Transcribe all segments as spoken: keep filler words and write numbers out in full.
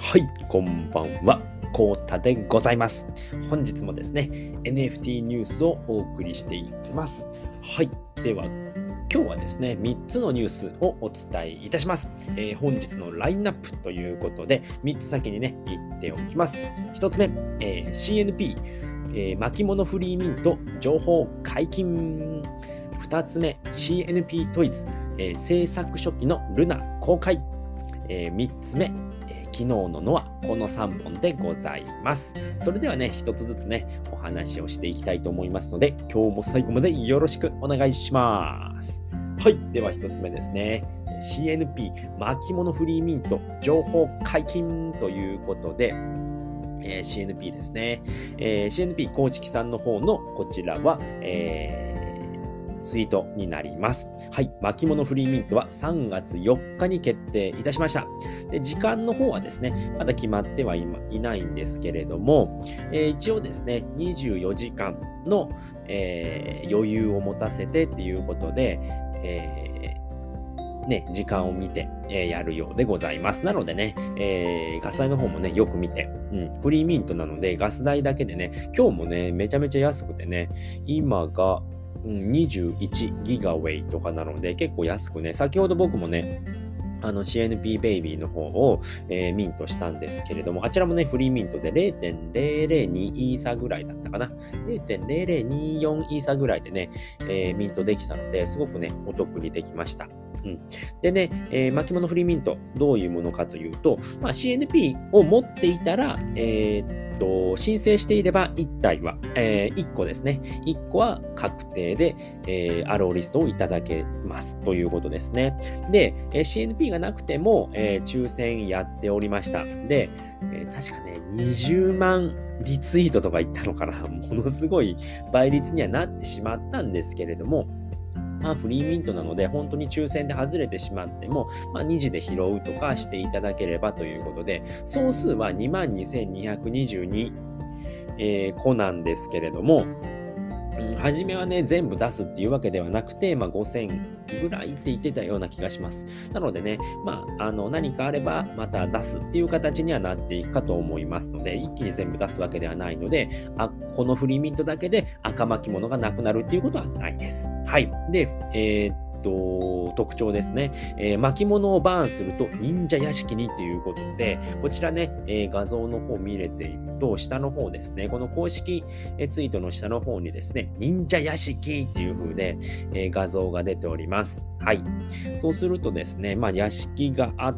はい、こんばんは。こうたでございます。本日もですね、エヌエフティー ニュースをお送りしていきます。はい、では今日はですね、みっつのニュースをお伝えいたします。えー本日のラインナップということで、みっつ先にね、言っておきます。ひとつめ、えー シーエヌピー、えー巻物フリーミント情報解禁。ふたつめ、シーエヌピー トイズ、えー制作初期のルナ公開。えー、みっつめ、えー昨日のノア、このさんぼんでございます。それではね、ひとつずつね、お話をしていきたいと思いますので、今日も最後までよろしくお願いします。はい、ではひとつめですね。シーエヌピー 巻物フリーミント情報解禁ということで、えー シーエヌピー ですね、えー シーエヌピー 公式さんの方のこちらは、えーツイートになります。はい。巻物フリーミントはさんがつよっかに決定いたしました。で、時間の方はですね、まだ決まってはいまいないんですけれども、えー一応ですね、にじゅうよじかんの、えー余裕を持たせてっていうことで、えーね、時間を見て、えーやるようでございます。なのでね、えーガス代の方もね、よく見て、うん、フリーミントなので、ガス代だけでね、今日もね、めちゃめちゃ安くてね、今が、うん、にじゅういちギガウェイとかなので、結構安くね、先ほど僕もね、あの シーエヌピー ベイビーの方を、えーミントしたんですけれども、あちらもね、フリーミントで れいてんぜろぜろに イーサぐらいだったかな。れいてんぜろぜろによん イーサぐらいでね、えーミントできたので、すごくね、お得にできました。うん、でね、えー巻物フリーミント、どういうものかというと、まあ、シーエヌピー を持っていたら、えーっと申請していればいったいは、えーいっこですね。いっこは確定で、えーアローリストをいただけますということですね。で、えー シーエヌピー がなくても、えー抽選やっておりました。で、えー確かね、にじゅうまんリツイートとか言ったのかな。ものすごい倍率にはなってしまったんですけれども、まあ、フリーミントなので、本当に抽選で外れてしまっても、まあ、にじで拾うとかしていただければということで、総数は にまんにせんにひゃくにじゅうに、えー個なんですけれども、うん、初めはね、全部出すっていうわけではなくて、まあ、ごせんぐらいって言ってたような気がします。なのでね、まあ、あの、何かあればまた出すっていう形にはなっていくかと思いますので、一気に全部出すわけではないので、あ、このフリーミントだけで赤巻物がなくなるっていうことはないです。はい。で、えーっと、特徴ですね。えー巻物をバーンすると忍者屋敷にということで、こちらね、えー画像の方見れていると、下の方ですね、この公式えーツイートの下の方にですね、忍者屋敷っていう風で、えー画像が出ております。はい。そうするとですね、まあ屋敷があって、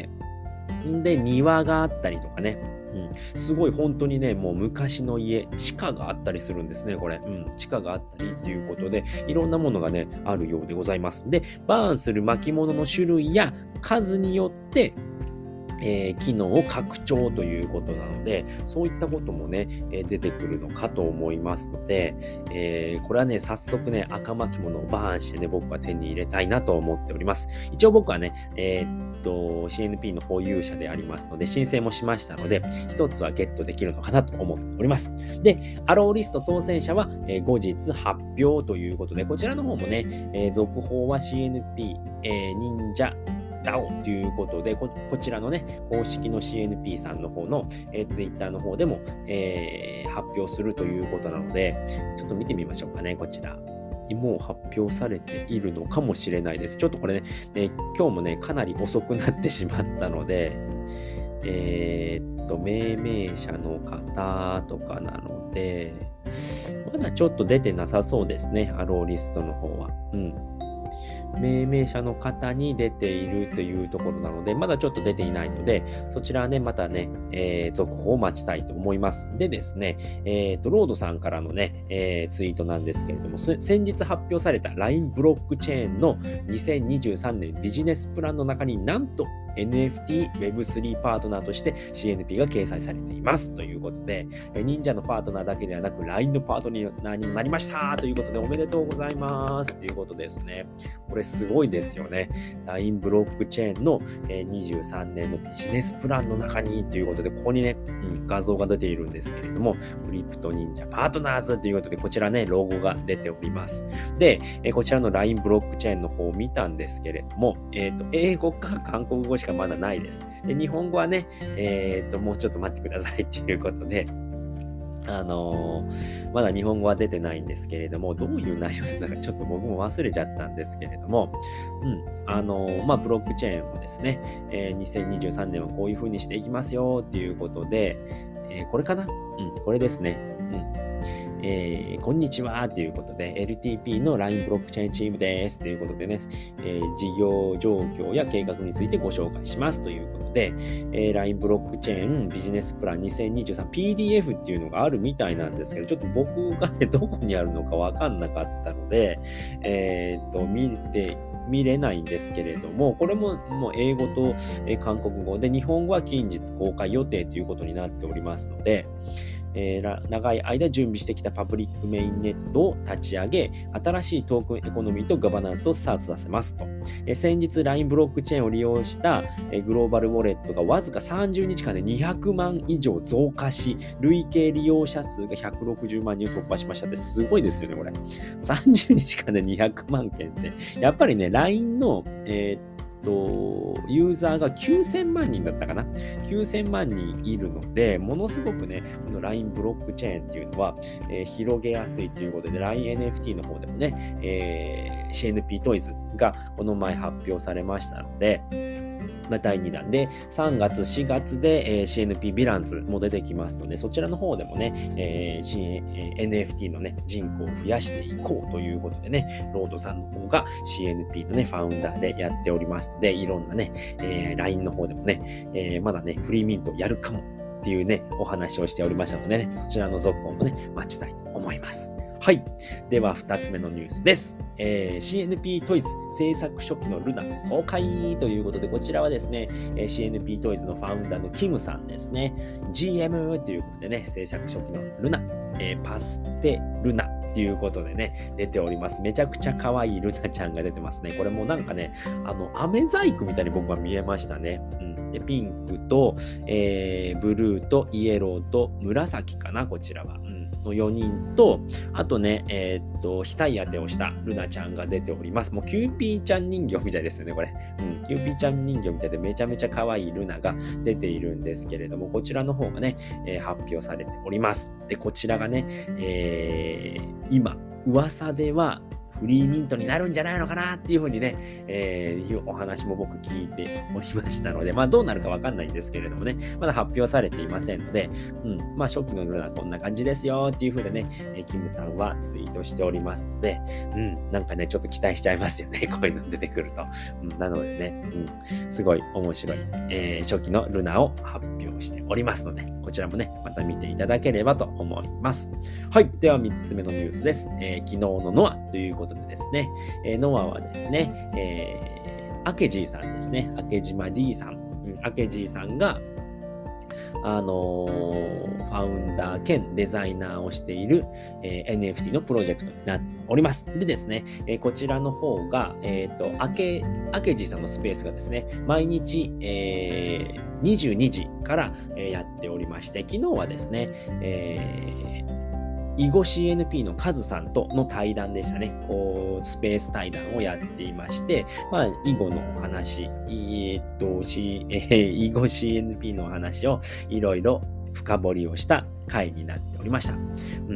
んで、庭があったりとかね。うん、すごい本当にね、もう昔の家、地下があったりするんですね、これ。うん、地下があったりっていうことで、いろんなものがね、あるようでございます。で、バーンする巻物の種類や数によって、えー機能を拡張ということなので、そういったこともね、えー出てくるのかと思いますので、えーこれはね、早速ね、赤巻物をバーンしてね、僕は手に入れたいなと思っております。一応僕はね、えーっと、シーエヌピー の保有者でありますので、申請もしましたので、一つはゲットできるのかなと思っております。で、アローリスト当選者は、えー後日発表ということで、こちらの方もね、えー続報は シーエヌピー、えー忍者、ダオ ということでこ、こちらのね、公式の シーエヌピー さんの方の、えー、ツイッターの方でも、えー発表するということなので、ちょっと見てみましょうかね、こちら。もう発表されているのかもしれないです。ちょっとこれね、ね今日もね、かなり遅くなってしまったので、えーっと、命名者の方とかなので、まだちょっと出てなさそうですね、アローリストの方は。うん。命名者の方に出ているというところなので、まだちょっと出ていないので、そちらはね、またね、えー続報を待ちたいと思います。でですね、えっと、ロードさんからのね、えーツイートなんですけれども、そ先日発表された ライン ブロックチェーンのにせんにじゅうさんねんビジネスプランの中になんと エヌエフティー ウェブスリー パートナーとして シーエヌピー が掲載されていますということで、え忍者のパートナーだけではなく ライン のパートナーにもなりましたということで、おめでとうございますということですね。これすごいですよね。ライン ブロックチェーンのにじゅうさんねんのビジネスプランの中にということで、ここにね、うん、画像が出ているんですけれども、クリプト忍者パートナーズということで、こちらね、ロゴが出ております。で、こちらの ライン ブロックチェーンの方を見たんですけれども、えっと、英語か韓国語ししかまだないです。で、日本語はね、えー、っと、もうちょっと待ってくださいっていうことで、あのー、まだ日本語は出てないんですけれども、どういう内容だったかちょっと僕も忘れちゃったんですけれども、うん、あのー、まあ、ブロックチェーンをですね、えー、にせんにじゅうさんねんはこういう風にしていきますよっていうことで、えー、これかな？うん、これですね。うん。えー、こんにちはということで エルティーピー の ライン ブロックチェーンチームですということでね、えー、事業状況や計画についてご紹介しますということで、えー、ライン ブロックチェーンビジネスプランにせんにじゅうさん ピーディーエフ っていうのがあるみたいなんですけど、ちょっと僕がね、どこにあるのかわかんなかったので、えー、っと、見て、見れないんですけれども、これももう英語と韓国語で、日本語は近日公開予定ということになっておりますので、えー、長い間準備してきたパブリックメインネットを立ち上げ、新しいトークンエコノミーとガバナンスをスタートさせますと。えー、先日 ライン ブロックチェーンを利用した、えー、グローバルウォレットがわずかさんじゅうにちかんでにひゃくまん以上増加し、累計利用者数がひゃくろくじゅうまんにんを突破しましたって、すごいですよね、これ。さんじゅうにちかんでにひゃくまんけんって。やっぱりね、ライン の、えーユーザーがきゅうせんまんにんだったかなきゅうせんまんにんいるので、ものすごくね、この ライン ブロックチェーンっていうのは、えー、広げやすいということで、ラインエヌエフティー の方でもね、えー、シーエヌピー トイズがこの前発表されましたので、まあ、だいにだんでさんがつしがつで、えー、シーエヌピー ヴィランズも出てきますので、そちらの方でもね、えー、エヌエフティー のね人口を増やしていこうということでね、ロードさんの方が シーエヌピー のねファウンダーでやっておりますので、いろんなね、えー、ライン の方でもね、えー、まだねフリーミントやるかもっていうねお話をしておりましたのでね、そちらの続行もね待ちたいと思います。はい。では、二つ目のニュースです。えー、シーエヌピー トイズ制作初期のルナ公開ということで、こちらはですね、シーエヌピー トイズのファウンダーのキムさんですね。ジーエム ということでね、制作初期のルナ、えー、パステルナということでね、出ております。めちゃくちゃ可愛いルナちゃんが出てますね。これもなんかね、あの、飴細工みたいに僕は見えましたね。うん、でピンクと、えー、ブルーとイエローと紫かな、こちらは。うんのよにんと、あとね、えー、っと、額当てをしたルナちゃんが出ております。もうキューピーちゃん人形みたいですよね、これ。うん、キューピーちゃん人形みたいでめちゃめちゃ可愛いルナが出ているんですけれども、こちらの方がね、えー、発表されております。で、こちらがね、えー、今、噂では、フリーミントになるんじゃないのかなっていうふうにね、えー、いうお話も僕聞いておりましたので、まあどうなるかわかんないんですけれどもね、まだ発表されていませんので、うん、まあ初期のルナこんな感じですよっていうふうでね、えー、キムさんはツイートしておりますので、うん、なんかね、ちょっと期待しちゃいますよね、こういうの出てくると。うん、なのでね、うん、すごい面白い、えー、初期のルナを発表しておりますので、こちらもね、また見ていただければと思います。はい。ではみっつめのニュースです。えー、昨日のノアということでですね、えー、ノアはですね、えー、アケジーさんですね、明島 D さん、うん、アケジーさんが、あのー、ファウンダー兼デザイナーをしている、えー、エヌエフティー のプロジェクトになっております。でですね、えー、こちらの方が、えっと、アケ、アケジーさんのスペースがですね、毎日、えー、にじゅうにじから、えー、やっておりまして、昨日はですね、えー囲碁 シーエヌピー のカズさんとの対談でしたね。こう、スペース対談をやっていまして、まあ、囲碁のお話、えー、っと、C えー、囲碁 シーエヌピー のお話をいろいろ深掘りをした回になっておりました。うん。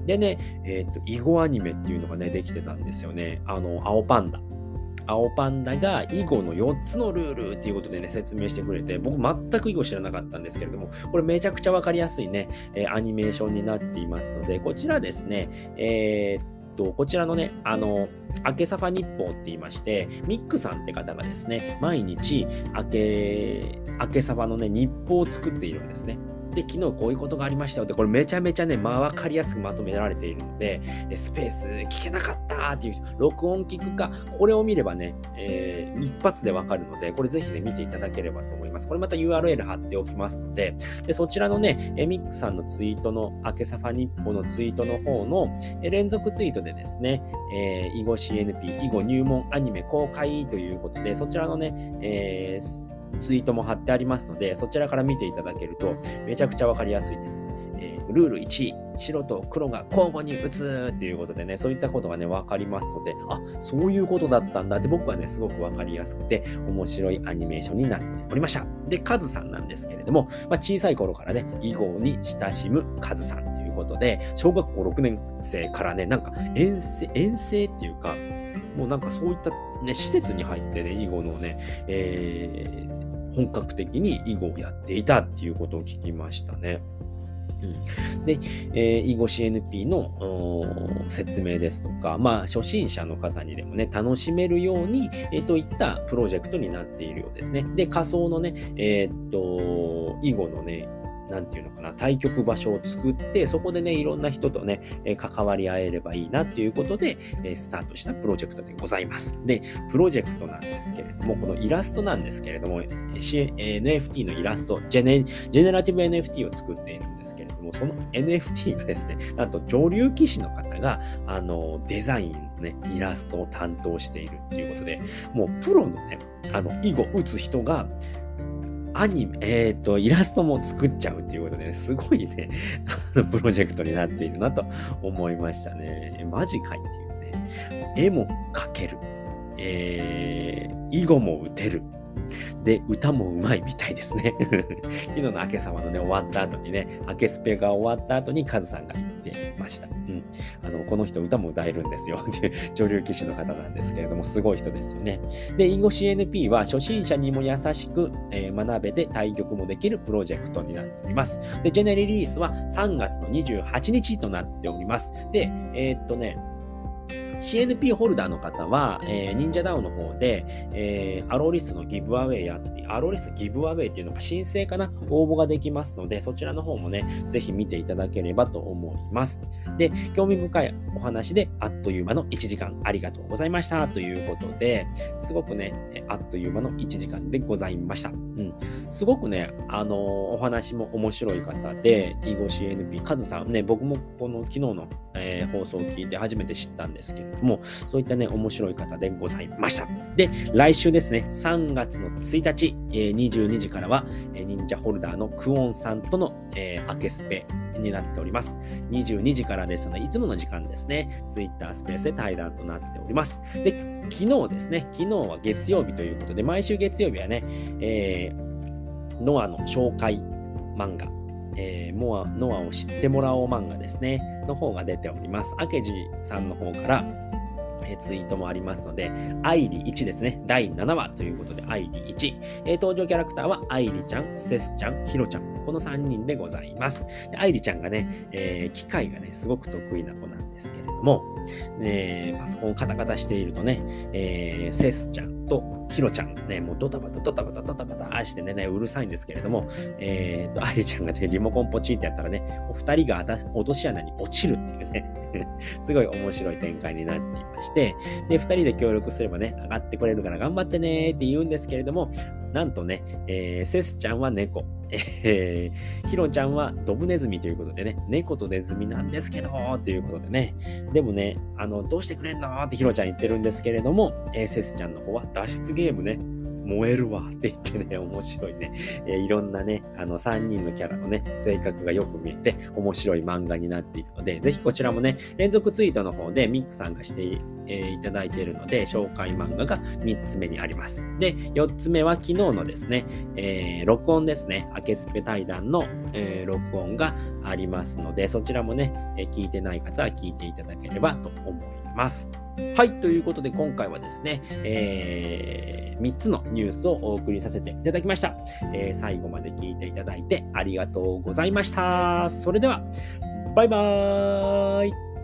でね、えー、っと、囲碁アニメっていうのがね、できてたんですよね。あの、青パンダ。青パンダが囲碁のよっつのルールっていうことでね、説明してくれて、僕全く囲碁知らなかったんですけれども、これめちゃくちゃわかりやすいね、えー、アニメーションになっていますので、こちらですね、えーっと、こちらのね、あの、明けサファ日報って言いまして、ミックさんって方がですね、毎日、明け、明けサファのね、日報を作っているんですね。で、昨日こういうことがありましたよって、これめちゃめちゃね、まあ、わかりやすくまとめられているので、スペース聞けなかったっていう人、録音聞くか、これを見ればね、えー、一発でわかるので、これぜひね、見ていただければと思います。これまた ユーアールエル 貼っておきますので、でそちらのね、えミックさんのツイートの、明けサファ日報のツイートの方の、え連続ツイートでですね、えー、囲碁 シーエヌピー、囲碁入門アニメ公開ということで、そちらのね、えーツイートも貼ってありますので、そちらから見ていただけるとめちゃくちゃわかりやすいです。えー、 ルールいち、白と黒が交互に打つっていうことでね、そういったことがね、わかりますので、あ、そういうことだったんだって僕はね、すごくわかりやすくて、面白いアニメーションになっておりました。で、カズさんなんですけれども、まあ、小さい頃からね、囲碁に親しむカズさんということで、小学校ろくねん生からね、なんか遠征、遠征っていうか、もうなんかそういったね、施設に入ってね、囲碁のね、えー、本格的に囲碁をやっていたっていうことを聞きましたね。うん、で、えー、囲碁 シーエヌピー の説明ですとか、まあ、初心者の方にでもね、楽しめるように、えー、といったプロジェクトになっているようですね。で、仮想のね、えー、っと、囲碁のね、なんていうのかな、対局場所を作って、そこでね、いろんな人とね、えー、関わり合えればいいなっていうことで、えー、スタートしたプロジェクトでございます。で、プロジェクトなんですけれども、このイラストなんですけれども、エヌエフティー のイラスト、ジェネ、ジェネラティブ エヌエフティー を作っているんですけれども、その エヌエフティー がですね、なんと女流棋士の方が、あの、デザインのね、イラストを担当しているっていうことで、もうプロのね、あの、囲碁打つ人が、アニメ、えっと、イラストも作っちゃうっていうことで、ね、すごいね、あの、プロジェクトになっているなと思いましたね。マジかいっていうね。絵も描ける。えー、囲碁も打てる。で、歌もうまいみたいですね。昨日の明け様のね、終わった後にね、明けスペが終わった後にカズさんが言ってました。うん。あの、この人歌も歌えるんですよ。っていう女流棋士の方なんですけれども、すごい人ですよね。で、囲碁 シーエヌピー は初心者にも優しく、えー、学べて対局もできるプロジェクトになっております。で、ジェネリリースはさんがつのにじゅうはちにちとなっております。で、えー、っとね、シーエヌピー ホルダーの方は、えー、忍者ダウンの方で、えー、アローリスのギブアウェイやって、アローリスギブアウェイっていうのが申請かな、応募ができますので、そちらの方もね、ぜひ見ていただければと思います。で、興味深いお話で、あっという間のいちじかんありがとうございましたということで、すごくね、あっという間のいちじかんでございました。うん。すごくね、あのー、お話も面白い方で、囲碁 シーエヌピー、カズさんね、僕もこの昨日の、えー、放送を聞いて初めて知ったんですけれども、そういったね、面白い方でございました。で、来週ですね、さんがつのついたち、えー、にじゅうにじからは、えー、忍者ホルダーのクオンさんとの、えー、明けスペになっております。にじゅうにじからですので、いつもの時間ですね、ツイッタースペースで対談となっております。で、昨日ですね、昨日は月曜日ということで、毎週月曜日はね、えー、ノアの紹介漫画、えー、モア、ノアを知ってもらおう漫画ですね、の方が出ております。明治さんの方から、えツイートもありますので、愛理いちですね。だいななわということで、愛理いち。えー、登場キャラクターは、愛理ちゃん、セスちゃん、ヒロちゃん。このさんにんでございます。で愛理ちゃんがね、えー、機械がね、すごく得意な子なんですけれども、えー、パソコンをカタカタしているとね、えー、セスちゃんとヒロちゃんがね、もうドタバタドタバタドタバタしてね、うるさいんですけれども、えーと、愛理ちゃんがね、リモコンポチってやったらね、お二人が落とし穴に落ちるっていうね、すごい面白い展開になっていまして、で、二人で協力すればね、上がってくれるから頑張ってねーって言うんですけれども、なんとね、えー、セスちゃんは猫、えー、ヒロちゃんはドブネズミということでね、猫とネズミなんですけどーっていうことでね、でもね、あの、どうしてくれんのーってヒロちゃん言ってるんですけれども、えー、セスちゃんの方は脱出ゲームね、燃えるわって言ってね、面白いね、えー、いろんなね、あのさんにんのキャラのね、性格がよく見えて面白い漫画になっているので、ぜひこちらもね、連続ツイートの方でミックさんがしてい、えー、いただいているので、紹介漫画がみっつめにあります。で、よっつめは昨日のですね、えー、録音ですね、明けスペ対談の、えー、録音がありますので、そちらもね、えー、聞いてない方は聞いていただければと思います。はい、ということで今回はですね、えー、みっつのニュースをお送りさせていただきました、えー。最後まで聞いていただいてありがとうございました。それでは、バイバーイ。